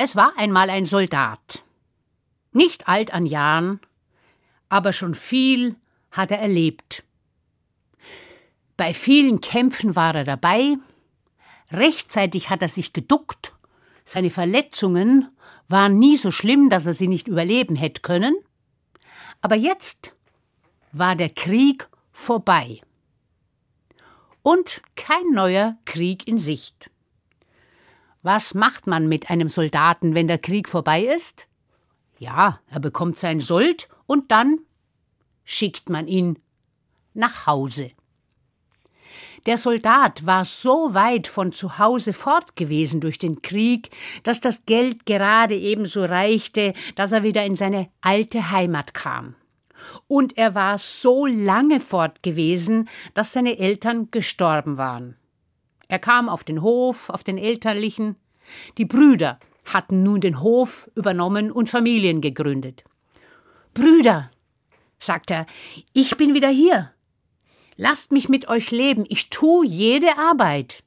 Es war einmal ein Soldat. Nicht alt an Jahren, aber schon viel hat er erlebt. Bei vielen Kämpfen war er dabei, rechtzeitig hat er sich geduckt, seine Verletzungen waren nie so schlimm, dass er sie nicht überleben hätte können, aber jetzt war der Krieg vorbei und kein neuer Krieg in Sicht. Was macht man mit einem Soldaten, wenn der Krieg vorbei ist? Ja, er bekommt sein Sold und dann schickt man ihn nach Hause. Der Soldat war so weit von zu Hause fort gewesen durch den Krieg, dass das Geld gerade ebenso reichte, dass er wieder in seine alte Heimat kam. Und er war so lange fort gewesen, dass seine Eltern gestorben waren. Er kam auf den Hof, auf den elterlichen. Die Brüder hatten nun den Hof übernommen und Familien gegründet. »Brüder«, sagt er, »ich bin wieder hier. Lasst mich mit euch leben, ich tue jede Arbeit.«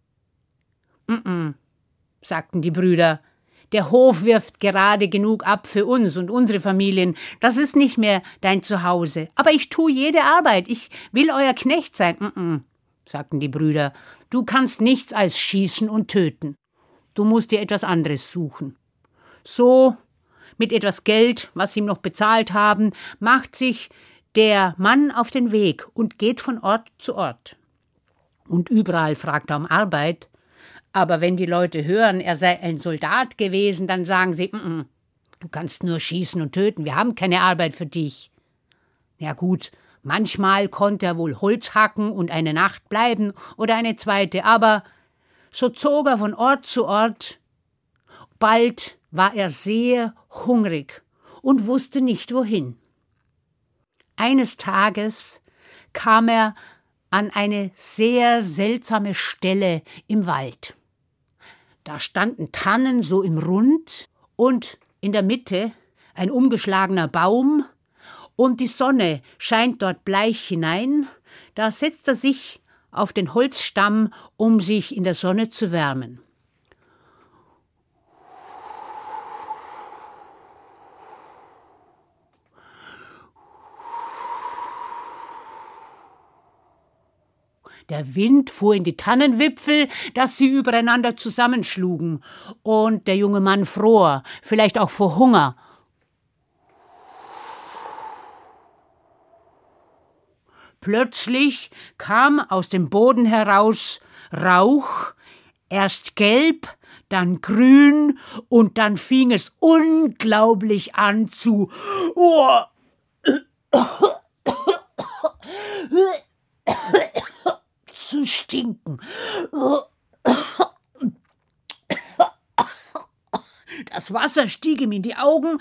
Sagten die Brüder, »der Hof wirft gerade genug ab für uns und unsere Familien, das ist nicht mehr dein Zuhause. Aber ich tue jede Arbeit, ich will euer Knecht sein.« Sagten die Brüder, »du kannst nichts als schießen und töten. Du musst dir etwas anderes suchen.« So, mit etwas Geld, was sie ihm noch bezahlt haben, macht sich der Mann auf den Weg und geht von Ort zu Ort. Und überall fragt er um Arbeit, aber wenn die Leute hören, er sei ein Soldat gewesen, dann sagen sie, du kannst nur schießen und töten, wir haben keine Arbeit für dich. Ja gut, manchmal konnte er wohl Holz hacken und eine Nacht bleiben oder eine zweite, aber so zog er von Ort zu Ort. Bald war er sehr hungrig und wusste nicht wohin. Eines Tages kam er an eine sehr seltsame Stelle im Wald. Da standen Tannen so im Rund und in der Mitte ein umgeschlagener Baum und die Sonne scheint dort bleich hinein. Da setzt er sich auf den Holzstamm, um sich in der Sonne zu wärmen. Der Wind fuhr in die Tannenwipfel, dass sie übereinander zusammenschlugen, und der junge Mann fror, vielleicht auch vor Hunger. Plötzlich kam aus dem Boden heraus Rauch, erst gelb, dann grün, und dann fing es unglaublich an zu stinken. Das Wasser stieg ihm in die Augen.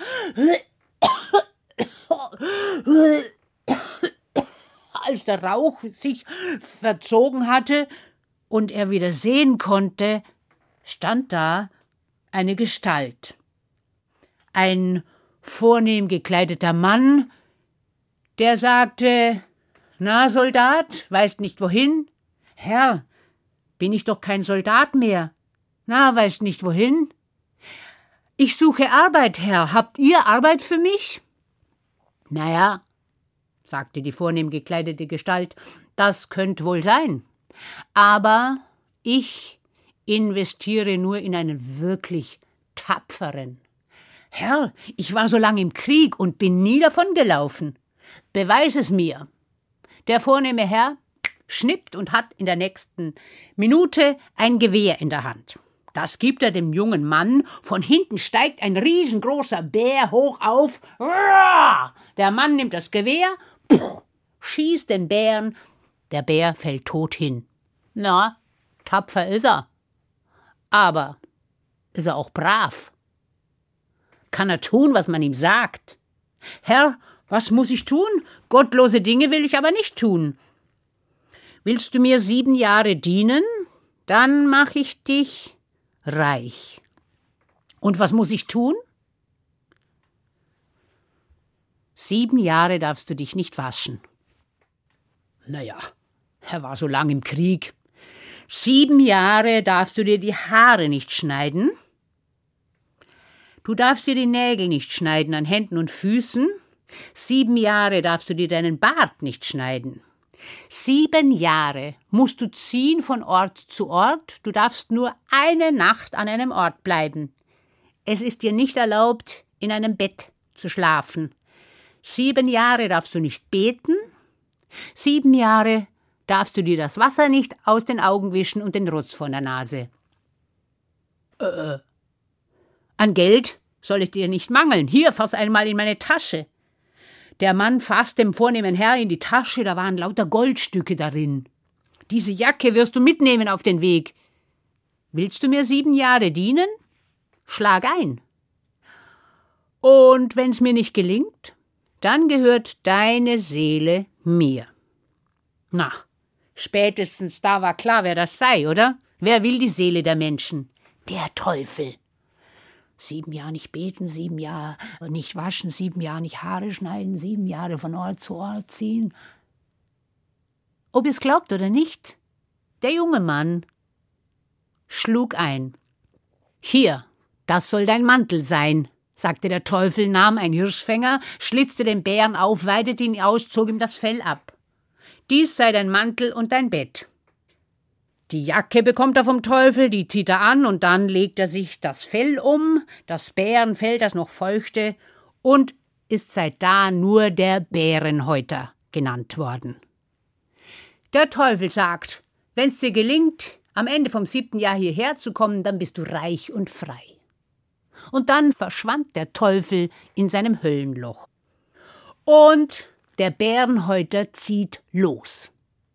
Als der Rauch sich verzogen hatte und er wieder sehen konnte, stand da eine Gestalt. Ein vornehm gekleideter Mann, der sagte: »Na, Soldat, weißt nicht wohin?« »Herr, bin ich doch kein Soldat mehr.« »Na, weißt nicht wohin?« »Ich suche Arbeit, Herr. Habt ihr Arbeit für mich?« »Naja«, sagte die vornehm gekleidete Gestalt, »das könnte wohl sein. Aber ich investiere nur in einen wirklich Tapferen. Herr, ich war so lange im Krieg und bin nie davongelaufen. Beweis es mir.« Der vornehme Herr schnippt und hat in der nächsten Minute ein Gewehr in der Hand. Das gibt er dem jungen Mann. Von hinten steigt ein riesengroßer Bär hoch auf. Der Mann nimmt das Gewehr, schießt den Bären. Der Bär fällt tot hin. Na, tapfer ist er. Aber ist er auch brav? Kann er tun, was man ihm sagt? Herr, was muss ich tun? Gottlose Dinge will ich aber nicht tun. Willst du mir 7 Jahre dienen? Dann mache ich dich reich. Und was muss ich tun? 7 Jahre darfst du dich nicht waschen. Naja, er war so lang im Krieg. 7 Jahre darfst du dir die Haare nicht schneiden. Du darfst dir die Nägel nicht schneiden an Händen und Füßen. 7 Jahre darfst du dir deinen Bart nicht schneiden. 7 Jahre musst du ziehen von Ort zu Ort. Du darfst nur eine Nacht an einem Ort bleiben. Es ist dir nicht erlaubt, in einem Bett zu schlafen. 7 Jahre darfst du nicht beten. 7 Jahre darfst du dir das Wasser nicht aus den Augen wischen und den Rotz von der Nase. An Geld soll es dir nicht mangeln. Hier, fass einmal in meine Tasche. Der Mann fasste dem vornehmen Herr in die Tasche, da waren lauter Goldstücke darin. Diese Jacke wirst du mitnehmen auf den Weg. Willst du mir 7 Jahre dienen? Schlag ein. Und wenn's mir nicht gelingt, dann gehört deine Seele mir. Na, spätestens da war klar, wer das sei, oder? Wer will die Seele der Menschen? Der Teufel. 7 Jahre nicht beten, 7 Jahre nicht waschen, 7 Jahre nicht Haare schneiden, 7 Jahre von Ort zu Ort ziehen. Ob ihr's glaubt oder nicht, der junge Mann schlug ein. Hier, das soll dein Mantel sein, sagte der Teufel, nahm einen Hirschfänger, schlitzte den Bären auf, weidete ihn aus, zog ihm das Fell ab. Dies sei dein Mantel und dein Bett. Die Jacke bekommt er vom Teufel, die zieht er an und dann legt er sich das Fell um, das Bärenfell, das noch feuchte, und ist seit da nur der Bärenhäuter genannt worden. Der Teufel sagt, wenn's dir gelingt, am Ende vom 7. Jahr hierher zu kommen, dann bist du reich und frei. Und dann verschwand der Teufel in seinem Höllenloch. Und der Bärenhäuter zieht los.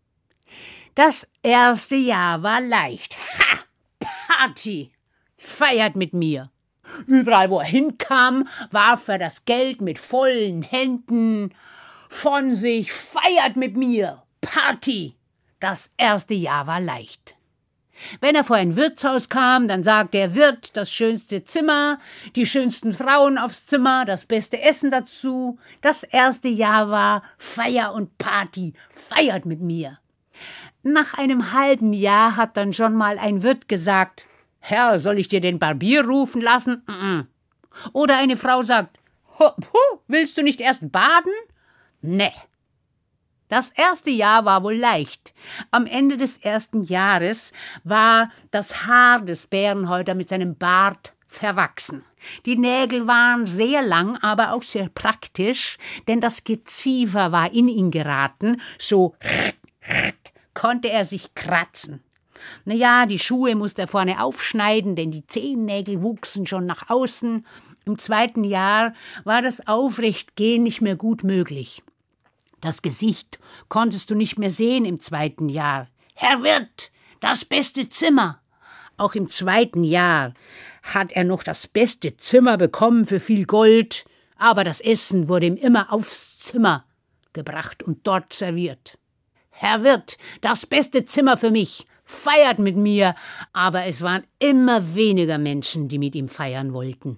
Das erste Jahr war leicht. Ha! Party! Feiert mit mir! Überall, wo er hinkam, warf er das Geld mit vollen Händen von sich. Feiert mit mir! Party! Das erste Jahr war leicht. Wenn er vor ein Wirtshaus kam, dann sagte der Wirt das schönste Zimmer, die schönsten Frauen aufs Zimmer, das beste Essen dazu. Das erste Jahr war Feier und Party. Feiert mit mir! Nach einem halben Jahr hat dann schon mal ein Wirt gesagt, »Herr, soll ich dir den Barbier rufen lassen?« Oder eine Frau sagt, »Willst du nicht erst baden?« Nee. Das erste Jahr war wohl leicht. Am Ende des ersten Jahres war das Haar des Bärenhäuter mit seinem Bart verwachsen. Die Nägel waren sehr lang, aber auch sehr praktisch, denn das Geziefer war in ihn geraten, so konnte er sich kratzen. Na ja, die Schuhe musste er vorne aufschneiden, denn die Zehennägel wuchsen schon nach außen. Im 2. Jahr war das Aufrechtgehen nicht mehr gut möglich. Das Gesicht konntest du nicht mehr sehen im 2. Jahr. Herr Wirt, das beste Zimmer. Auch im 2. Jahr hat er noch das beste Zimmer bekommen für viel Gold, aber das Essen wurde ihm immer aufs Zimmer gebracht und dort serviert. Herr Wirt, das beste Zimmer für mich, feiert mit mir, aber es waren immer weniger Menschen, die mit ihm feiern wollten.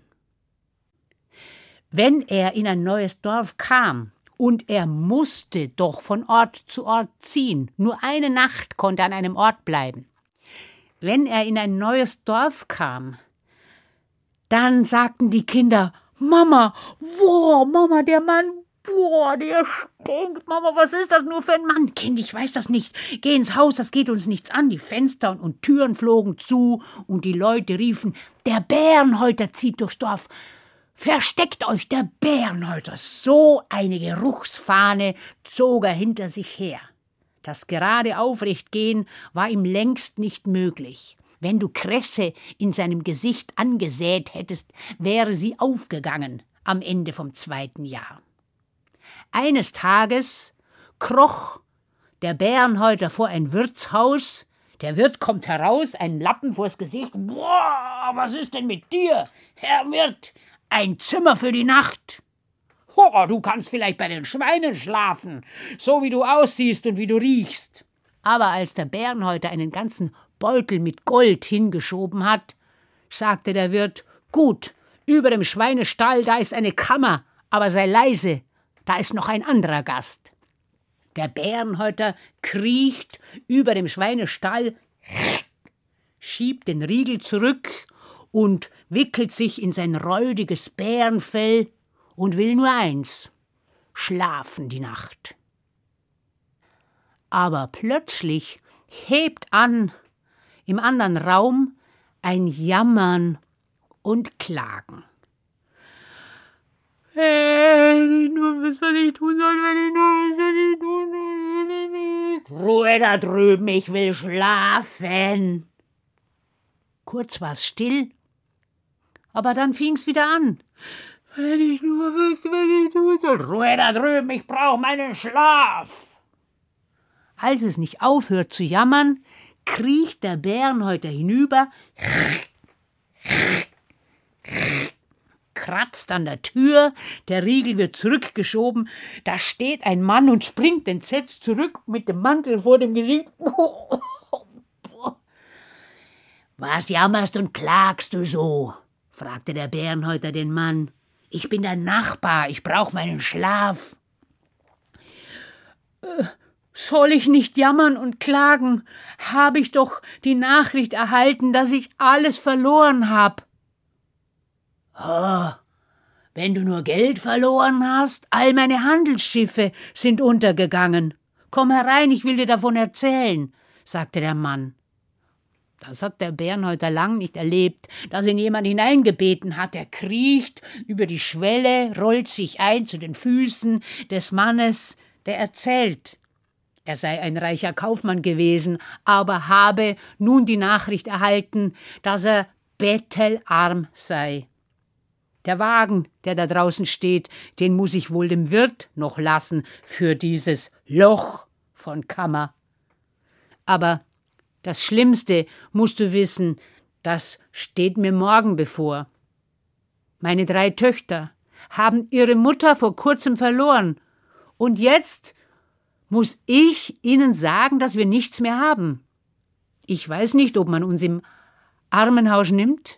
Wenn er in ein neues Dorf kam, und er musste doch von Ort zu Ort ziehen, nur eine Nacht konnte er an einem Ort bleiben. Wenn er in ein neues Dorf kam, dann sagten die Kinder, Mama, Mama, der Mann, der stinkt. Mama, was ist das nur für ein Mann? Kind, ich weiß das nicht. Geh ins Haus, das geht uns nichts an. Die Fenster und Türen flogen zu und die Leute riefen, der Bärenhäuter zieht durchs Dorf. Versteckt euch, der Bärenhäuter. So eine Geruchsfahne zog er hinter sich her. Das gerade Aufrechtgehen war ihm längst nicht möglich. Wenn du Kresse in seinem Gesicht angesät hättest, wäre sie aufgegangen am Ende vom 2. Jahr. Eines Tages kroch der Bärenhäuter vor ein Wirtshaus. Der Wirt kommt heraus, einen Lappen vors Gesicht. Boah, was ist denn mit dir, Herr Wirt? Ein Zimmer für die Nacht. Du kannst vielleicht bei den Schweinen schlafen, so wie du aussiehst und wie du riechst. Aber als der Bärenhäuter einen ganzen Beutel mit Gold hingeschoben hat, sagte der Wirt, gut, über dem Schweinestall, da ist eine Kammer, aber sei leise, da ist noch ein anderer Gast. Der Bärenhäuter kriecht über dem Schweinestall, schiebt den Riegel zurück und wickelt sich in sein räudiges Bärenfell und will nur eins: schlafen die Nacht. Aber plötzlich hebt an im anderen Raum ein Jammern und Klagen. Wenn ich nur wüsste, was ich tun soll, wenn ich nur wüsste, was ich tun soll. Ruhe da drüben, ich will schlafen. Kurz war's still, aber dann fing's wieder an. Wenn ich nur wüsste, was ich tun soll. Ruhe da drüben, ich brauche meinen Schlaf. Als es nicht aufhört zu jammern, kriecht der Bärenhäuter hinüber, kratzt an der Tür, der Riegel wird zurückgeschoben, da steht ein Mann und springt entsetzt zurück mit dem Mantel vor dem Gesicht. Was jammerst und klagst du so? Fragte der Bärenhäuter den Mann. Ich bin dein Nachbar, ich brauche meinen Schlaf. Soll ich nicht jammern und klagen? Habe ich doch die Nachricht erhalten, dass ich alles verloren habe. Oh, wenn du nur Geld verloren hast, all meine Handelsschiffe sind untergegangen. Komm herein, ich will dir davon erzählen, sagte der Mann. Das hat der Bärenhäuter lang nicht erlebt, dass ihn jemand hineingebeten hat. Er kriecht über die Schwelle, rollt sich ein zu den Füßen des Mannes, der erzählt. Er sei ein reicher Kaufmann gewesen, aber habe nun die Nachricht erhalten, dass er bettelarm sei. Der Wagen, der da draußen steht, den muss ich wohl dem Wirt noch lassen für dieses Loch von Kammer. Aber das Schlimmste, musst du wissen, das steht mir morgen bevor. Meine 3 Töchter haben ihre Mutter vor kurzem verloren, und jetzt muss ich ihnen sagen, dass wir nichts mehr haben. Ich weiß nicht, ob man uns im Armenhaus nimmt.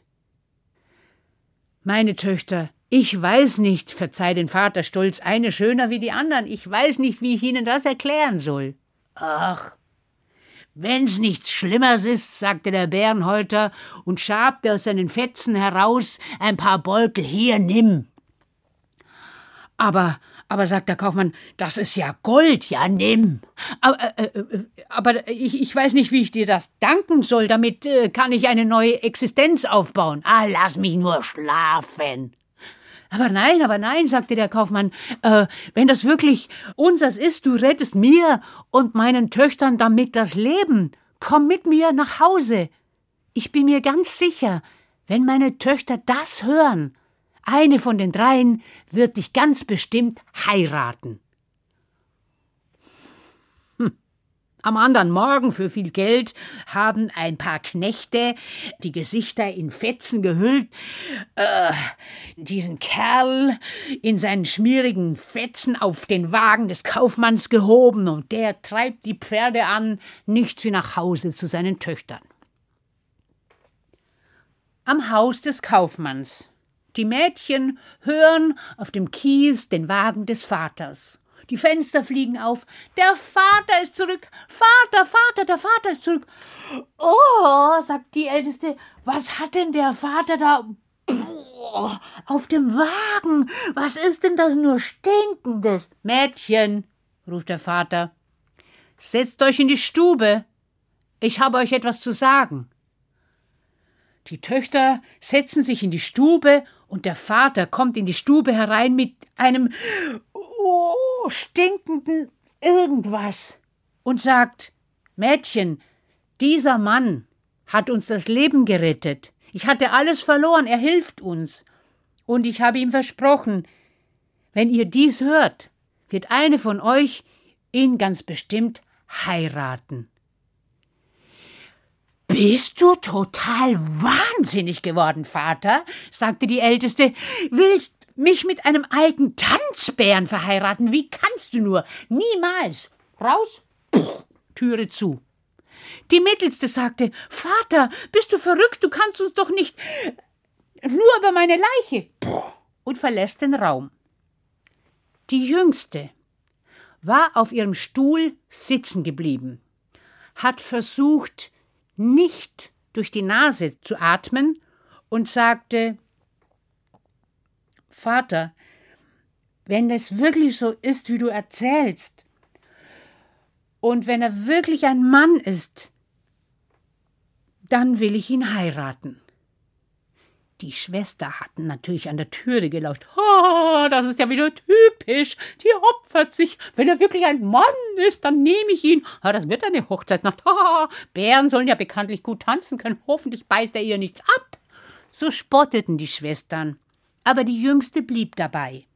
Meine Töchter, ich weiß nicht, verzeih den Vater stolz, eine schöner wie die anderen, ich weiß nicht, wie ich ihnen das erklären soll. Ach, wenn's nichts Schlimmeres ist, sagte der Bärenhäuter und schabte aus seinen Fetzen heraus ein paar Beutel. Hier, nimm. Aber, sagt der Kaufmann, das ist ja Gold, ja, nimm. Aber ich weiß nicht, wie ich dir das danken soll, damit kann ich eine neue Existenz aufbauen. Ah, lass mich nur schlafen. Aber nein, sagte der Kaufmann, wenn das wirklich unsers ist, du rettest mir und meinen Töchtern damit das Leben. Komm mit mir nach Hause. Ich bin mir ganz sicher, wenn meine Töchter das hören, eine von den 3 wird dich ganz bestimmt heiraten. Am anderen Morgen für viel Geld haben ein paar Knechte, die Gesichter in Fetzen gehüllt, diesen Kerl in seinen schmierigen Fetzen auf den Wagen des Kaufmanns gehoben, und der treibt die Pferde an, nichts wie nach Hause zu seinen Töchtern. Am Haus des Kaufmanns. Die Mädchen hören auf dem Kies den Wagen des Vaters. Die Fenster fliegen auf. Der Vater ist zurück. Vater, der Vater ist zurück. Oh, sagt die Älteste, was hat denn der Vater da auf dem Wagen? Was ist denn das nur Stinkendes? Mädchen, ruft der Vater, setzt euch in die Stube. Ich habe euch etwas zu sagen. Die Töchter setzen sich in die Stube und der Vater kommt in die Stube herein mit einem stinkenden Irgendwas und sagt: Mädchen, dieser Mann hat uns das Leben gerettet. Ich hatte alles verloren, er hilft uns. Und ich habe ihm versprochen, wenn ihr dies hört, wird eine von euch ihn ganz bestimmt heiraten. »Bist du total wahnsinnig geworden, Vater?« sagte die Älteste. »Willst mich mit einem alten Tanzbären verheiraten? Wie kannst du nur? Niemals! Raus! Türe zu!« Die Mittelste sagte: »Vater, bist du verrückt? Du kannst uns doch nicht nur über meine Leiche!« und verlässt den Raum. Die Jüngste war auf ihrem Stuhl sitzen geblieben, hat versucht, nicht durch die Nase zu atmen und sagte: Vater, wenn es wirklich so ist, wie du erzählst, und wenn er wirklich ein Mann ist, dann will ich ihn heiraten. Die Schwester hatten natürlich an der Türe gelauscht. Das ist ja wieder typisch. Die opfert sich. Wenn er wirklich ein Mann ist, dann nehme ich ihn. Das wird eine Hochzeitsnacht. Bären sollen ja bekanntlich gut tanzen können. Hoffentlich beißt er ihr nichts ab. So spotteten die Schwestern. Aber die Jüngste blieb dabei.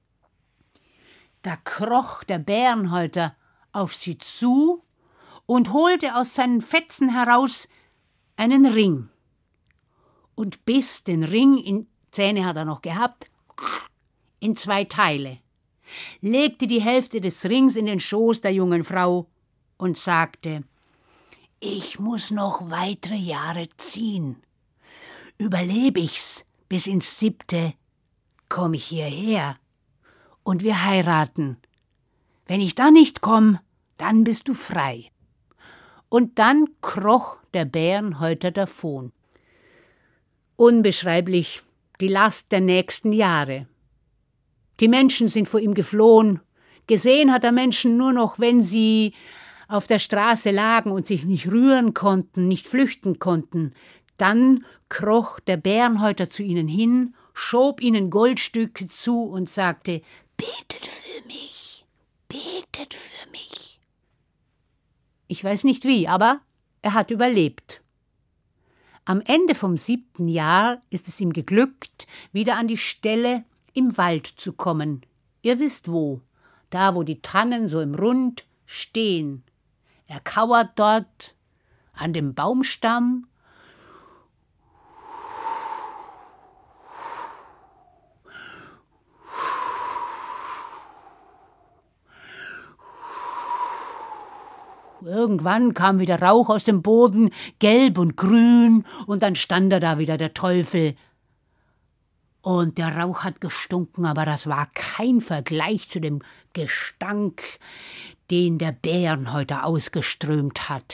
Da kroch der Bärenhäuter auf sie zu und holte aus seinen Fetzen heraus einen Ring und biss den Ring, Zähne hat er noch gehabt, in 2 Teile, legte die Hälfte des Rings in den Schoß der jungen Frau und sagte: Ich muss noch weitere Jahre ziehen. Überlebe ich's bis ins 7., komm ich hierher und wir heiraten. Wenn ich da nicht komme, dann bist du frei. Und dann kroch der Bärenhäuter davon. Unbeschreiblich die Last der nächsten Jahre. Die Menschen sind vor ihm geflohen. Gesehen hat er Menschen nur noch, wenn sie auf der Straße lagen und sich nicht rühren konnten, nicht flüchten konnten. Dann kroch der Bärenhäuter zu ihnen hin, schob ihnen Goldstücke zu und sagte: Betet für mich, betet für mich. Ich weiß nicht wie, aber er hat überlebt. Am Ende vom 7. Jahr ist es ihm geglückt, wieder an die Stelle im Wald zu kommen. Ihr wisst wo, da wo die Tannen so im Rund stehen. Er kauert dort an dem Baumstamm Irgendwann kam wieder Rauch aus dem Boden, gelb und grün, und dann stand da wieder, der Teufel. Und der Rauch hat gestunken, aber das war kein Vergleich zu dem Gestank, den der Bärenhäuter ausgeströmt hat.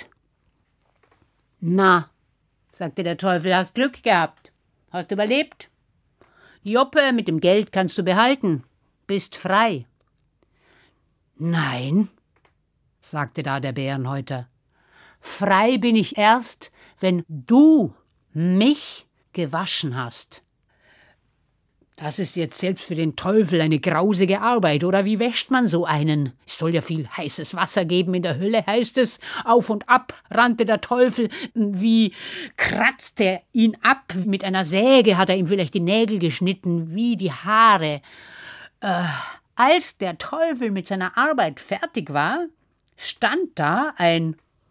Na, sagte der Teufel, hast Glück gehabt. Hast überlebt? Joppe, mit dem Geld kannst du behalten. Bist frei. Nein, sagte da der Bärenhäuter. Frei bin ich erst, wenn du mich gewaschen hast. Das ist jetzt selbst für den Teufel eine grausige Arbeit, oder wie wäscht man so einen? Es soll ja viel heißes Wasser geben in der Hölle, heißt es. Auf und ab rannte der Teufel, wie kratzte er ihn ab. Mit einer Säge hat er ihm vielleicht die Nägel geschnitten, wie die Haare. Als der Teufel mit seiner Arbeit fertig war, stand da ein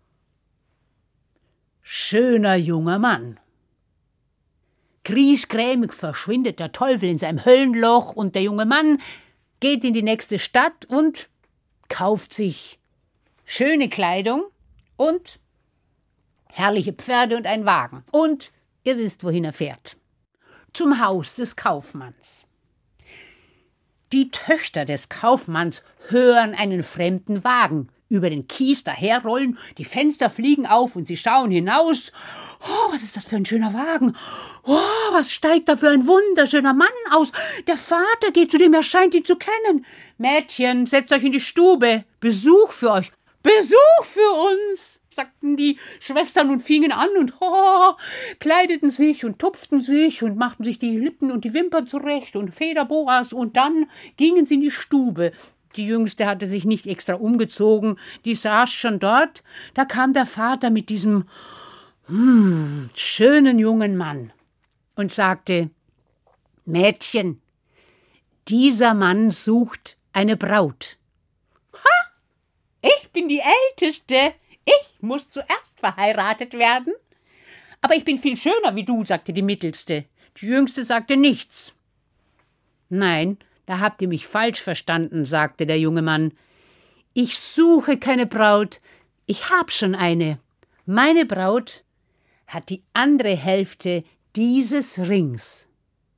schöner junger Mann. Griesgrämig verschwindet der Teufel in seinem Höllenloch und der junge Mann geht in die nächste Stadt und kauft sich schöne Kleidung und herrliche Pferde und einen Wagen. Und ihr wisst, wohin er fährt. Zum Haus des Kaufmanns. Die Töchter des Kaufmanns hören einen fremden Wagen über den Kies daherrollen, die Fenster fliegen auf und sie schauen hinaus. Oh, was ist das für ein schöner Wagen? Oh, was steigt da für ein wunderschöner Mann aus? Der Vater geht, zu dem er scheint, ihn zu kennen. Mädchen, setzt euch in die Stube. Besuch für euch. Besuch für uns, sagten die Schwestern und fingen an und kleideten sich und tupften sich und machten sich die Lippen und die Wimpern zurecht und Federboas und dann gingen sie in die Stube. Die Jüngste hatte sich nicht extra umgezogen, die saß schon dort. Da kam der Vater mit diesem schönen jungen Mann und sagte: Mädchen, dieser Mann sucht eine Braut. Ha! Ich bin die Älteste. Ich muss zuerst verheiratet werden. Aber ich bin viel schöner wie du, sagte die Mittelste. Die Jüngste sagte nichts. Nein, da habt ihr mich falsch verstanden, sagte der junge Mann. Ich suche keine Braut, ich hab schon eine. Meine Braut hat die andere Hälfte dieses Rings.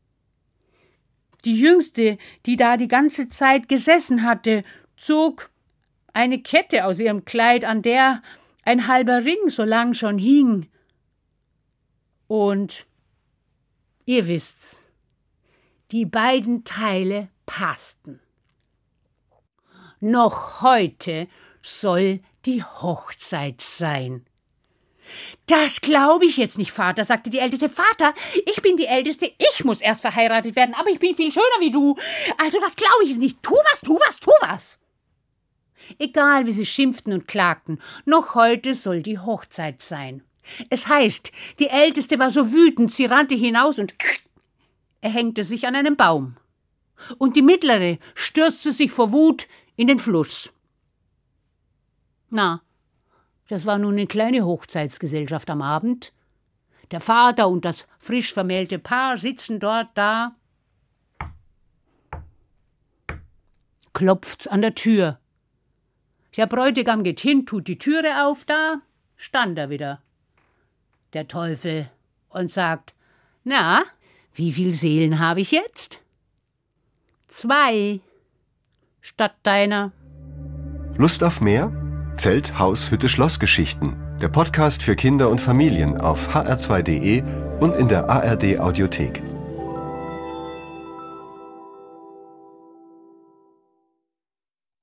Die Jüngste, die da die ganze Zeit gesessen hatte, zog eine Kette aus ihrem Kleid, an der ein halber Ring so lang schon hing. Und Ihr wisst's, die beiden Teile passten. Noch heute soll die Hochzeit sein. Das glaube ich jetzt nicht, Vater, sagte die Älteste. Vater, ich bin die Älteste, ich muss erst verheiratet werden, aber ich bin viel schöner wie du. Also das glaube ich jetzt nicht. Tu was. Egal, wie sie schimpften und klagten, noch heute soll die Hochzeit sein. Es heißt, die Älteste war so wütend, sie rannte hinaus und er hängte sich an einem Baum. Und die Mittlere stürzte sich vor Wut in den Fluss. Na, das war nun eine kleine Hochzeitsgesellschaft am Abend. Der Vater und das frisch vermählte Paar sitzen dort da. Klopft's an der Tür. Der Bräutigam geht hin, tut die Türe auf, da stand er wieder, der Teufel, und sagt: Na, wie viel Seelen habe ich jetzt? 2 statt deiner. Lust auf mehr? Zelt, Haus, Hütte, Schlossgeschichten. Der Podcast für Kinder und Familien auf hr2.de und in der ARD Audiothek.